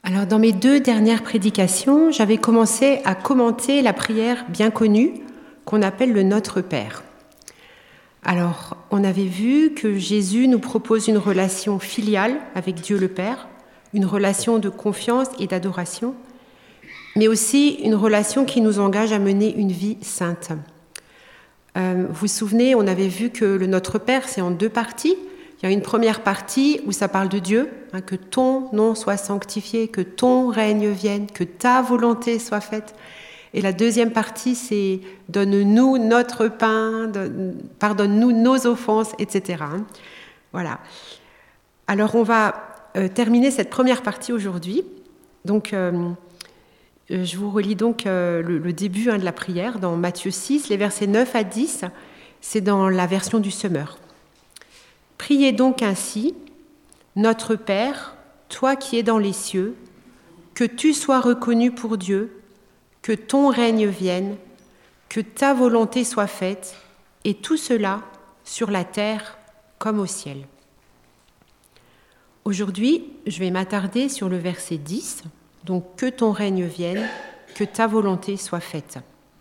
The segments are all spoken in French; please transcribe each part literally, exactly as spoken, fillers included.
Alors, dans mes deux dernières prédications, j'avais commencé à commenter la prière bien connue qu'on appelle le Notre Père. Alors, on avait vu que Jésus nous propose une relation filiale avec Dieu le Père, une relation de confiance et d'adoration, mais aussi une relation qui nous engage à mener une vie sainte. Euh, vous vous souvenez, on avait vu que le Notre Père, c'est en deux parties. Il y a une première partie où ça parle de Dieu, hein, que ton nom soit sanctifié, que ton règne vienne, que ta volonté soit faite. Et la deuxième partie, c'est donne-nous notre pain, donne, pardonne-nous nos offenses, et cetera. Voilà. Alors, on va euh, terminer cette première partie aujourd'hui. Donc, euh, je vous relis donc euh, le, le début hein, de la prière dans Matthieu six, les versets neuf à dix. C'est dans la version du Semeur. Priez donc ainsi, Notre Père, toi qui es dans les cieux, que tu sois reconnu pour Dieu, que ton règne vienne, que ta volonté soit faite, et tout cela sur la terre comme au ciel. Aujourd'hui, je vais m'attarder sur le verset dix, donc que ton règne vienne, que ta volonté soit faite.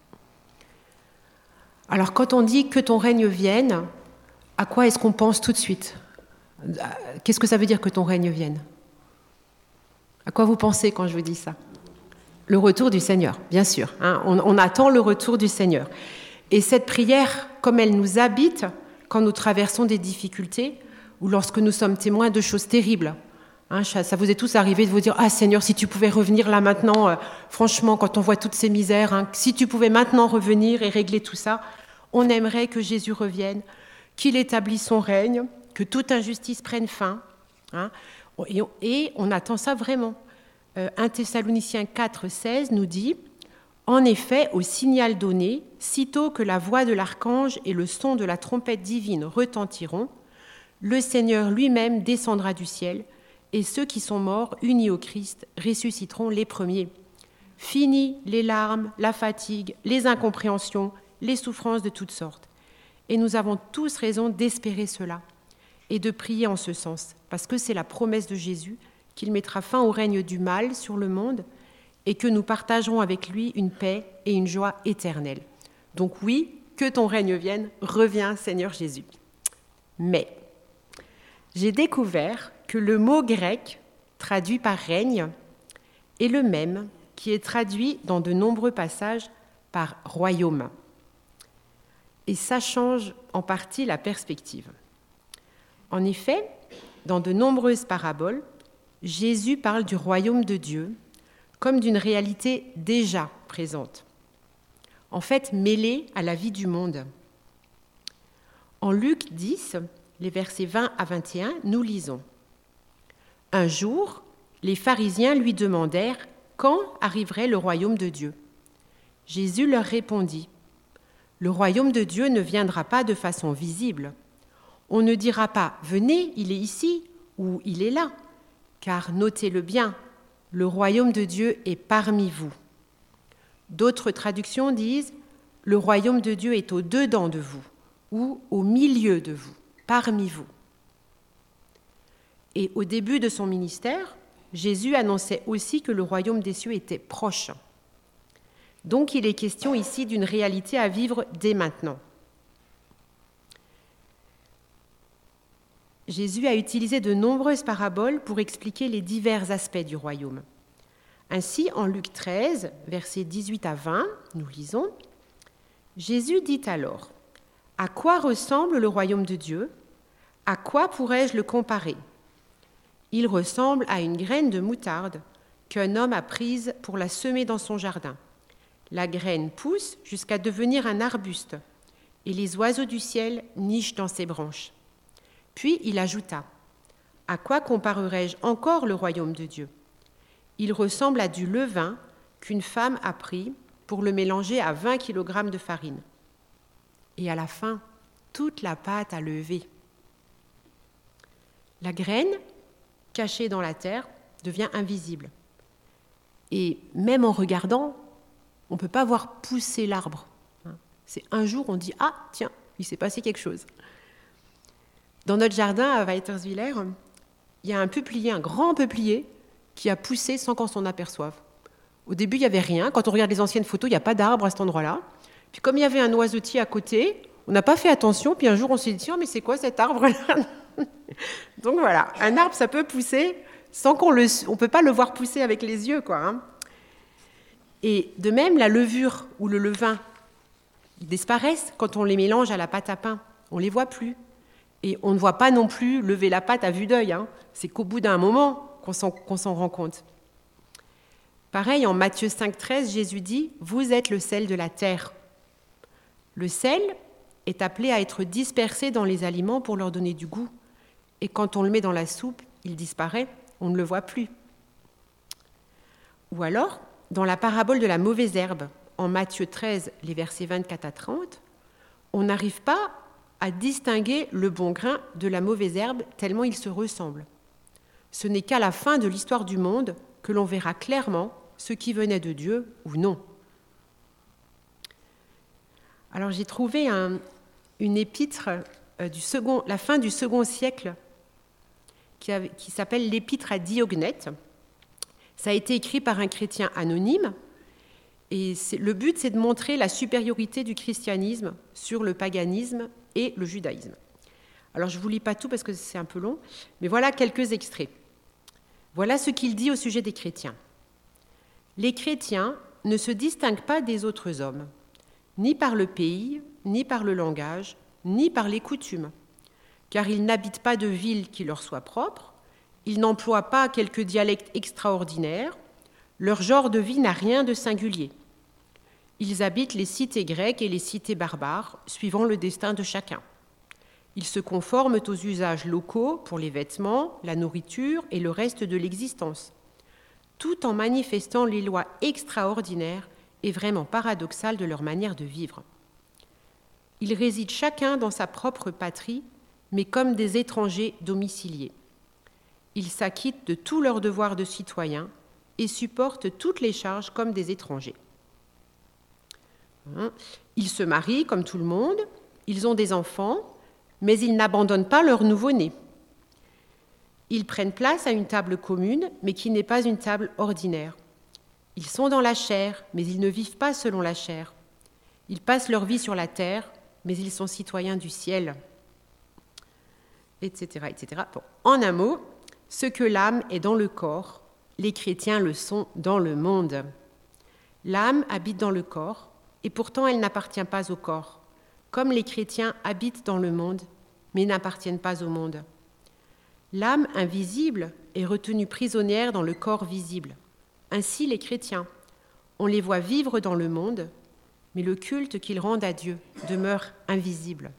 Alors quand on dit que ton règne vienne, à quoi est-ce qu'on pense tout de suite ? Qu'est-ce que ça veut dire que ton règne vienne ? À quoi vous pensez quand je vous dis ça ? Le retour du Seigneur, bien sûr. Hein, on, on attend le retour du Seigneur. Et cette prière, comme elle nous habite quand nous traversons des difficultés ou lorsque nous sommes témoins de choses terribles. Hein, ça vous est tous arrivé de vous dire « Ah Seigneur, si tu pouvais revenir là maintenant, euh, franchement, quand on voit toutes ces misères, hein, si tu pouvais maintenant revenir et régler tout ça, on aimerait que Jésus revienne, qu'il établisse son règne, que toute injustice prenne fin. Hein, et, on, et on attend ça vraiment. Euh, un Thessaloniciens quatre, seize nous dit « En effet, au signal donné, sitôt que la voix de l'archange et le son de la trompette divine retentiront, le Seigneur lui-même descendra du ciel, et ceux qui sont morts, unis au Christ, ressusciteront les premiers. Fini les larmes, la fatigue, les incompréhensions, les souffrances de toutes sortes. Et nous avons tous raison d'espérer cela et de prier en ce sens, parce que c'est la promesse de Jésus qu'il mettra fin au règne du mal sur le monde et que nous partagerons avec lui une paix et une joie éternelle. Donc oui, que ton règne vienne, reviens Seigneur Jésus. Mais j'ai découvert que le mot grec traduit par règne est le même qui est traduit dans de nombreux passages par royaume. Et ça change en partie la perspective. En effet, dans de nombreuses paraboles, Jésus parle du royaume de Dieu comme d'une réalité déjà présente, en fait mêlée à la vie du monde. En Luc dix, les versets vingt à vingt et un, nous lisons « Un jour, les pharisiens lui demandèrent quand arriverait le royaume de Dieu. Jésus leur répondit « Le royaume de Dieu ne viendra pas de façon visible. On ne dira pas « Venez, il est ici » ou « Il est là », car notez-le bien, le royaume de Dieu est parmi vous. D'autres traductions disent « Le royaume de Dieu est au-dedans de vous » ou « au milieu de vous, parmi vous ». Et au début de son ministère, Jésus annonçait aussi que le royaume des cieux était proche. Donc il est question ici d'une réalité à vivre dès maintenant. Jésus a utilisé de nombreuses paraboles pour expliquer les divers aspects du royaume. Ainsi, en Luc treize, versets dix-huit à vingt, nous lisons « Jésus dit alors, « À quoi ressemble le royaume de Dieu ? À quoi pourrais-je le comparer ? Il ressemble à une graine de moutarde qu'un homme a prise pour la semer dans son jardin. La graine pousse jusqu'à devenir un arbuste, et les oiseaux du ciel nichent dans ses branches. » Puis il ajouta, « À quoi comparerai-je encore le royaume de Dieu ? Il ressemble à du levain qu'une femme a pris pour le mélanger à vingt kilogrammes de farine. Et à la fin, toute la pâte a levé. La graine, cachée dans la terre, devient invisible. Et même en regardant, on ne peut pas voir pousser l'arbre. C'est un jour, on dit « Ah, tiens, il s'est passé quelque chose ». Dans notre jardin à Weiterswiller, il y a un peuplier, un grand peuplier, qui a poussé sans qu'on s'en aperçoive. Au début, il n'y avait rien. Quand on regarde les anciennes photos, il n'y a pas d'arbre à cet endroit-là. Puis comme il y avait un noisetier à côté, on n'a pas fait attention. Puis un jour, on s'est dit, tiens, mais c'est quoi cet arbre-là? Donc voilà, un arbre, ça peut pousser sans qu'on le... On ne peut pas le voir pousser avec les yeux, quoi. Hein. Et de même, la levure ou le levain, ils disparaissent quand on les mélange à la pâte à pain. On ne les voit plus. Et on ne voit pas non plus lever la pâte à vue d'œil. Hein. C'est qu'au bout d'un moment qu'on s'en, qu'on s'en rend compte. Pareil, en Matthieu cinq, treize, Jésus dit « Vous êtes le sel de la terre ». Le sel est appelé à être dispersé dans les aliments pour leur donner du goût. Et quand on le met dans la soupe, il disparaît, on ne le voit plus. Ou alors, dans la parabole de la mauvaise herbe, en Matthieu treize, les versets vingt-quatre à trente, on n'arrive pas à distinguer le bon grain de la mauvaise herbe tellement ils se ressemblent. Ce n'est qu'à la fin de l'histoire du monde que l'on verra clairement ce qui venait de Dieu ou non. Alors j'ai trouvé un, une épître euh, du second, la fin du second siècle qui, avait, qui s'appelle l'épître à Diognète. Ça a été écrit par un chrétien anonyme et c'est, le but c'est de montrer la supériorité du christianisme sur le paganisme et le judaïsme. Alors je ne vous lis pas tout parce que c'est un peu long, mais voilà quelques extraits. Voilà ce qu'il dit au sujet des chrétiens. Les chrétiens ne se distinguent pas des autres hommes, ni par le pays, ni par le langage, ni par les coutumes, car ils n'habitent pas de ville qui leur soit propre, ils n'emploient pas quelques dialectes extraordinaires, leur genre de vie n'a rien de singulier. Ils habitent les cités grecques et les cités barbares, suivant le destin de chacun. Ils se conforment aux usages locaux pour les vêtements, la nourriture et le reste de l'existence, tout en manifestant les lois extraordinaires et vraiment paradoxales de leur manière de vivre. Ils résident chacun dans sa propre patrie, mais comme des étrangers domiciliés. Ils s'acquittent de tous leurs devoirs de citoyens et supportent toutes les charges comme des étrangers. Ils se marient comme tout le monde, ils ont des enfants, mais ils n'abandonnent pas leur nouveau-né. Ils prennent place à une table commune, mais qui n'est pas une table ordinaire. Ils sont dans la chair, mais ils ne vivent pas selon la chair. Ils passent leur vie sur la terre, mais ils sont citoyens du ciel, et cetera, et cetera. Bon, en un mot, ce que l'âme est dans le corps, les chrétiens le sont dans le monde. L'âme habite dans le corps, et pourtant elle n'appartient pas au corps, comme les chrétiens habitent dans le monde, mais n'appartiennent pas au monde. L'âme invisible est retenue prisonnière dans le corps visible. Ainsi les chrétiens, on les voit vivre dans le monde, mais le culte qu'ils rendent à Dieu demeure invisible.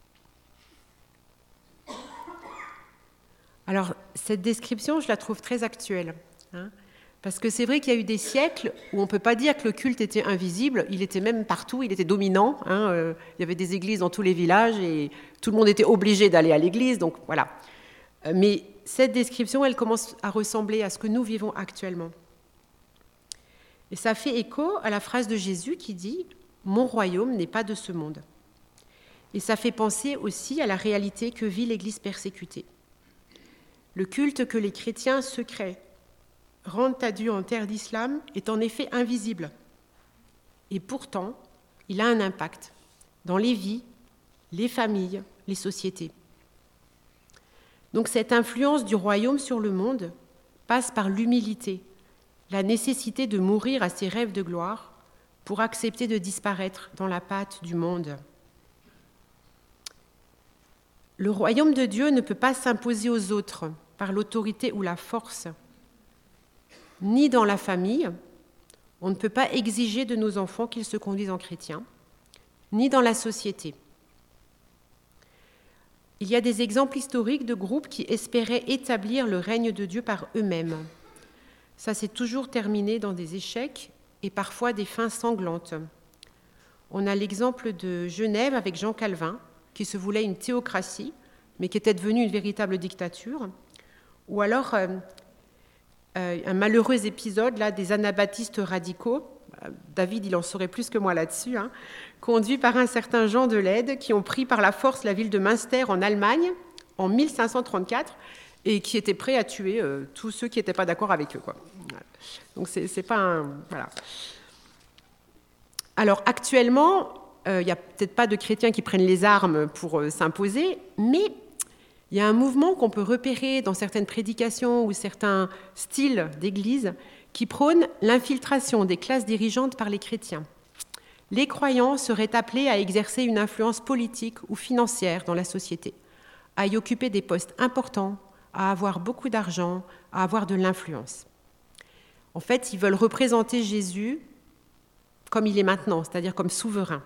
Alors, cette description, je la trouve très actuelle, hein, parce que c'est vrai qu'il y a eu des siècles où on ne peut pas dire que le culte était invisible, il était même partout, il était dominant, hein, euh, il y avait des églises dans tous les villages et tout le monde était obligé d'aller à l'église, donc voilà. Mais cette description, elle commence à ressembler à ce que nous vivons actuellement. Et ça fait écho à la phrase de Jésus qui dit « Mon royaume n'est pas de ce monde ». Et ça fait penser aussi à la réalité que vit l'Église persécutée. Le culte que les chrétiens secrets rendent à Dieu en terre d'islam est en effet invisible. Et pourtant, il a un impact dans les vies, les familles, les sociétés. Donc cette influence du royaume sur le monde passe par l'humilité, la nécessité de mourir à ses rêves de gloire pour accepter de disparaître dans la pâte du monde. Le royaume de Dieu ne peut pas s'imposer aux autres par l'autorité ou la force. Ni dans la famille, on ne peut pas exiger de nos enfants qu'ils se conduisent en chrétiens, ni dans la société. Il y a des exemples historiques de groupes qui espéraient établir le règne de Dieu par eux-mêmes. Ça s'est toujours terminé dans des échecs et parfois des fins sanglantes. On a l'exemple de Genève avec Jean Calvin, qui se voulait une théocratie, mais qui était devenue une véritable dictature. Ou alors euh, euh, un malheureux épisode là, des anabaptistes radicaux, David il en saurait plus que moi là-dessus, hein, conduits par un certain Jean de Leyde, qui ont pris par la force la ville de Münster en Allemagne en mille cinq cent trente-quatre, et qui étaient prêts à tuer euh, tous ceux qui n'étaient pas d'accord avec eux, quoi. Donc c'est, c'est pas un... Voilà. Alors actuellement, il euh, n'y a peut-être pas de chrétiens qui prennent les armes pour euh, s'imposer, mais il y a un mouvement qu'on peut repérer dans certaines prédications ou certains styles d'église qui prônent l'infiltration des classes dirigeantes par les chrétiens. Les croyants seraient appelés à exercer une influence politique ou financière dans la société, à y occuper des postes importants, à avoir beaucoup d'argent, à avoir de l'influence. En fait, ils veulent représenter Jésus comme il est maintenant, c'est-à-dire comme souverain.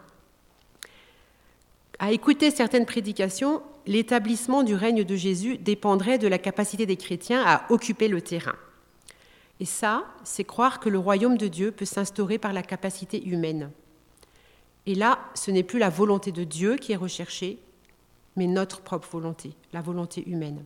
À écouter certaines prédications, l'établissement du règne de Jésus dépendrait de la capacité des chrétiens à occuper le terrain. Et ça, c'est croire que le royaume de Dieu peut s'instaurer par la capacité humaine. Et là, ce n'est plus la volonté de Dieu qui est recherchée, mais notre propre volonté, la volonté humaine.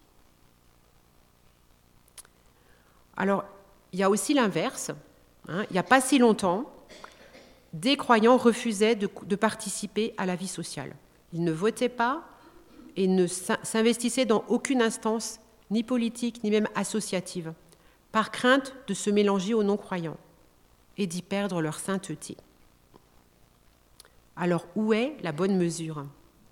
Alors, il y a aussi l'inverse. Hein, il n'y a pas si longtemps, des croyants refusaient de, de participer à la vie sociale. Ils ne votaient pas et ne s'investissaient dans aucune instance, ni politique, ni même associative, par crainte de se mélanger aux non-croyants et d'y perdre leur sainteté. Alors, où est la bonne mesure ?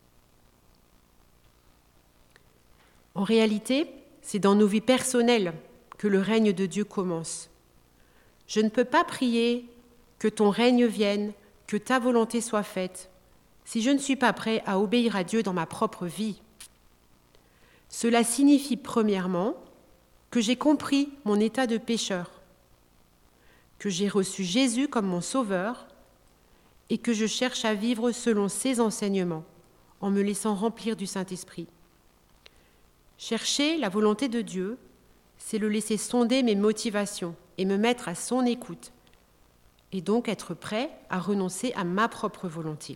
En réalité, c'est dans nos vies personnelles que le règne de Dieu commence. Je ne peux pas prier que ton règne vienne, que ta volonté soit faite, si je ne suis pas prêt à obéir à Dieu dans ma propre vie. Cela signifie premièrement que j'ai compris mon état de pécheur, que j'ai reçu Jésus comme mon sauveur et que je cherche à vivre selon ses enseignements, en me laissant remplir du Saint-Esprit. Chercher la volonté de Dieu, c'est le laisser sonder mes motivations et me mettre à son écoute, et donc être prêt à renoncer à ma propre volonté.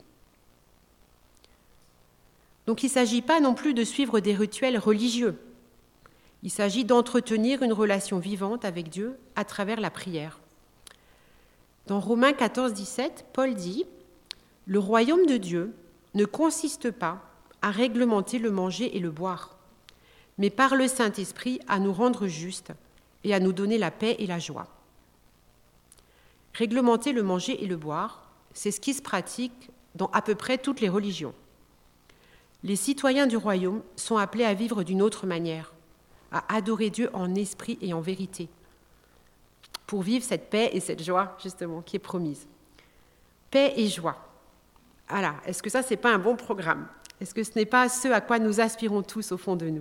Donc il ne s'agit pas non plus de suivre des rituels religieux. Il s'agit d'entretenir une relation vivante avec Dieu à travers la prière. Dans Romains quatorze, dix-sept, Paul dit « Le royaume de Dieu ne consiste pas à réglementer le manger et le boire, mais par le Saint-Esprit à nous rendre justes et à nous donner la paix et la joie. » Réglementer le manger et le boire, c'est ce qui se pratique dans à peu près toutes les religions. Les citoyens du royaume sont appelés à vivre d'une autre manière, à adorer Dieu en esprit et en vérité, pour vivre cette paix et cette joie, justement, qui est promise. Paix et joie. Voilà, est-ce que ça, ce n'est pas un bon programme ? Est-ce que ce n'est pas ce à quoi nous aspirons tous au fond de nous ?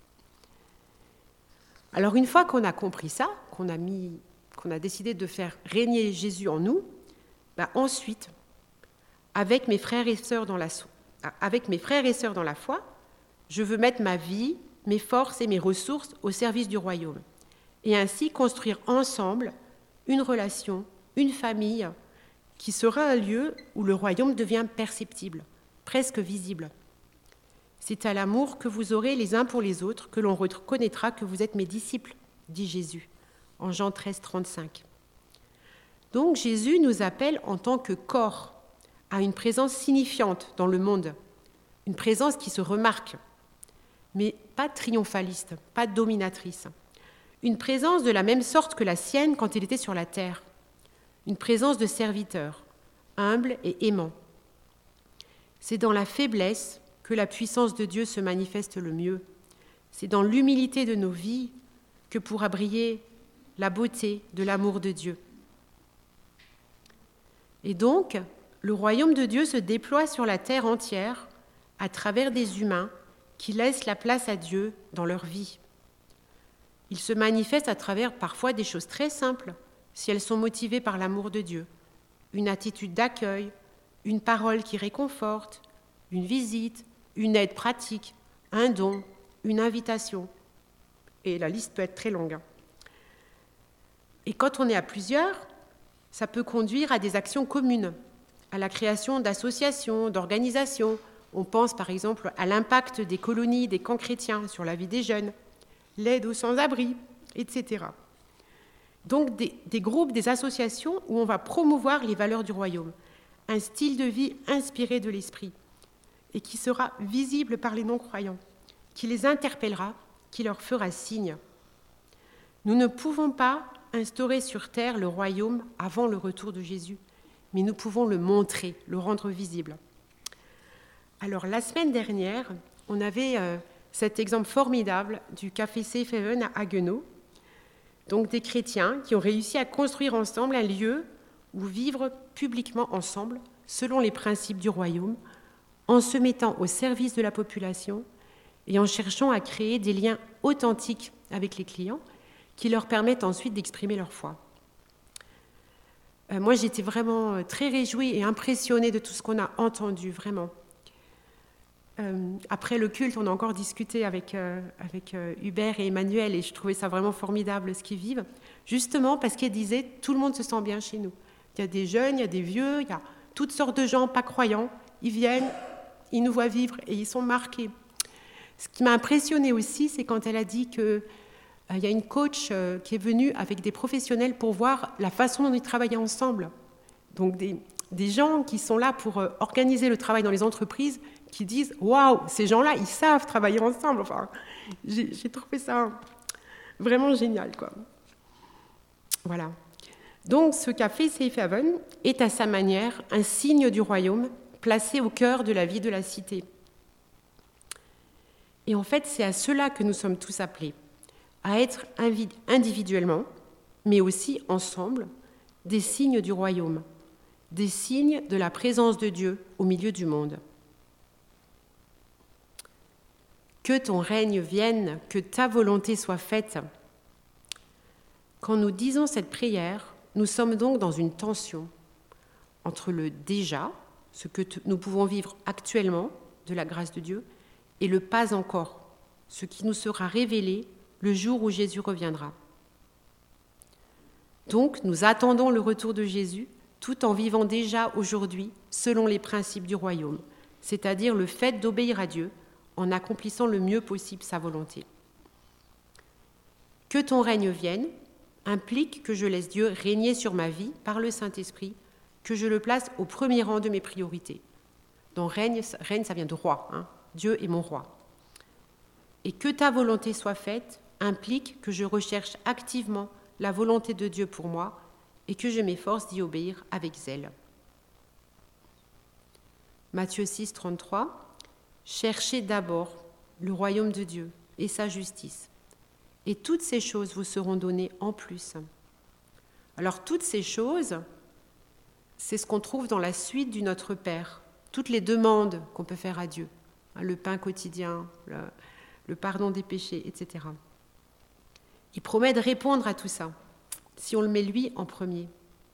Alors, une fois qu'on a compris ça, qu'on a, mis, qu'on a décidé de faire régner Jésus en nous, bah ensuite, avec mes frères et sœurs dans la, avec mes frères et sœurs dans la foi, je veux mettre ma vie, mes forces et mes ressources au service du royaume, et ainsi construire ensemble une relation, une famille, qui sera un lieu où le royaume devient perceptible, presque visible. C'est à l'amour que vous aurez les uns pour les autres que l'on reconnaîtra que vous êtes mes disciples, dit Jésus, en Jean treize, trente-cinq. Donc Jésus nous appelle en tant que corps à une présence signifiante dans le monde, une présence qui se remarque, mais pas triomphaliste, pas dominatrice. Une présence de la même sorte que la sienne quand il était sur la terre. Une présence de serviteur, humble et aimant. C'est dans la faiblesse que la puissance de Dieu se manifeste le mieux. C'est dans l'humilité de nos vies que pourra briller la beauté de l'amour de Dieu. Et donc, le royaume de Dieu se déploie sur la terre entière à travers des humains qui laissent la place à Dieu dans leur vie. Il se manifeste à travers parfois des choses très simples, si elles sont motivées par l'amour de Dieu. Une attitude d'accueil, une parole qui réconforte, une visite, une aide pratique, un don, une invitation. Et la liste peut être très longue. Et quand on est à plusieurs, ça peut conduire à des actions communes, à la création d'associations, d'organisations. On pense par exemple à l'impact des colonies, des camps chrétiens sur la vie des jeunes, l'aide aux sans-abri, et cetera. Donc des, des groupes, des associations où on va promouvoir les valeurs du royaume, un style de vie inspiré de l'esprit et qui sera visible par les non-croyants, qui les interpellera, qui leur fera signe. Nous ne pouvons pas instaurer sur terre le royaume avant le retour de Jésus, mais nous pouvons le montrer, le rendre visible. Alors, la semaine dernière, on avait euh, cet exemple formidable du café Safe Haven à Haguenau, donc des chrétiens qui ont réussi à construire ensemble un lieu où vivre publiquement ensemble, selon les principes du royaume, en se mettant au service de la population et en cherchant à créer des liens authentiques avec les clients qui leur permettent ensuite d'exprimer leur foi. Euh, moi, j'étais vraiment très réjouie et impressionnée de tout ce qu'on a entendu, vraiment. Euh, après le culte, on a encore discuté avec, euh, avec euh, Hubert et Emmanuel et je trouvais ça vraiment formidable ce qu'ils vivent, justement parce qu'ils disaient « tout le monde se sent bien chez nous ». Il y a des jeunes, il y a des vieux, il y a toutes sortes de gens pas croyants, ils viennent, ils nous voient vivre et ils sont marqués. Ce qui m'a impressionnée aussi, c'est quand elle a dit qu'il euh, y a une coach euh, qui est venue avec des professionnels pour voir la façon dont ils travaillaient ensemble. Donc des, des gens qui sont là pour euh, organiser le travail dans les entreprises, qui disent « Waouh, ces gens-là, ils savent travailler ensemble ». Enfin, j'ai, j'ai trouvé ça vraiment génial, quoi. Voilà. Donc, ce café Safe Haven est à sa manière un signe du royaume placé au cœur de la vie de la cité. Et en fait, c'est à cela que nous sommes tous appelés, à être individuellement, mais aussi ensemble, des signes du royaume, des signes de la présence de Dieu au milieu du monde. Que ton règne vienne, que ta volonté soit faite. Quand nous disons cette prière, nous sommes donc dans une tension entre le déjà, ce que t- nous pouvons vivre actuellement de la grâce de Dieu, et le pas encore, ce qui nous sera révélé le jour où Jésus reviendra. Donc, nous attendons le retour de Jésus tout en vivant déjà aujourd'hui selon les principes du royaume, c'est-à-dire le fait d'obéir à Dieu en accomplissant le mieux possible sa volonté. Que ton règne vienne implique que je laisse Dieu régner sur ma vie par le Saint-Esprit, que je le place au premier rang de mes priorités. Donc règne, règne ça vient de roi, hein. Dieu est mon roi. Et que ta volonté soit faite implique que je recherche activement la volonté de Dieu pour moi et que je m'efforce d'y obéir avec zèle. Matthieu six, trente-trois. Cherchez d'abord le royaume de Dieu et sa justice, et toutes ces choses vous seront données en plus. Alors toutes ces choses, c'est ce qu'on trouve dans la suite du Notre Père, toutes les demandes qu'on peut faire à Dieu, le pain quotidien, le, le pardon des péchés, et cetera. Il promet de répondre à tout ça, si on le met lui en premier.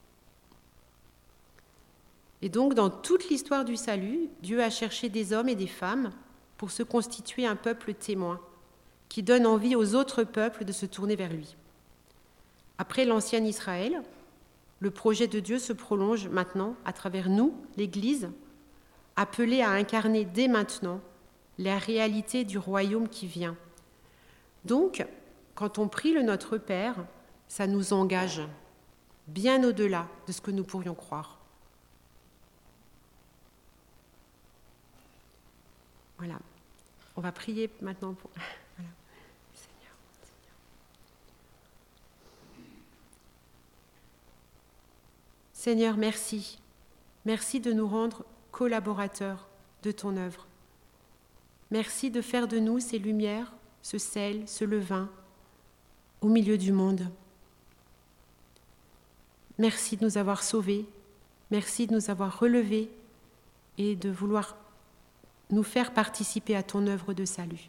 Et donc, dans toute l'histoire du salut, Dieu a cherché des hommes et des femmes pour se constituer un peuple témoin, qui donne envie aux autres peuples de se tourner vers lui. Après l'ancien Israël, le projet de Dieu se prolonge maintenant à travers nous, l'Église, appelée à incarner dès maintenant la réalité du royaume qui vient. Donc, quand on prie le Notre Père, ça nous engage bien au-delà de ce que nous pourrions croire. Voilà. On va prier maintenant pour... Voilà. Seigneur, Seigneur. Seigneur, merci. Merci de nous rendre collaborateurs de ton œuvre. Merci de faire de nous ces lumières, ce sel, ce levain au milieu du monde. Merci de nous avoir sauvés. Merci de nous avoir relevés et de vouloir nous faire participer à ton œuvre de salut.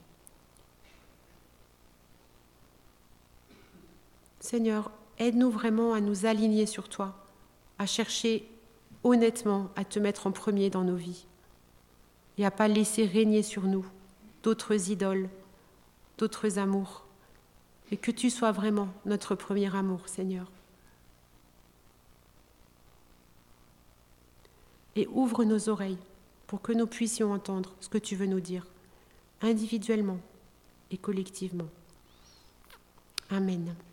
Seigneur, aide-nous vraiment à nous aligner sur toi, à chercher honnêtement à te mettre en premier dans nos vies et à ne pas laisser régner sur nous d'autres idoles, d'autres amours, et que tu sois vraiment notre premier amour, Seigneur. Et ouvre nos oreilles pour que nous puissions entendre ce que tu veux nous dire, individuellement et collectivement. Amen.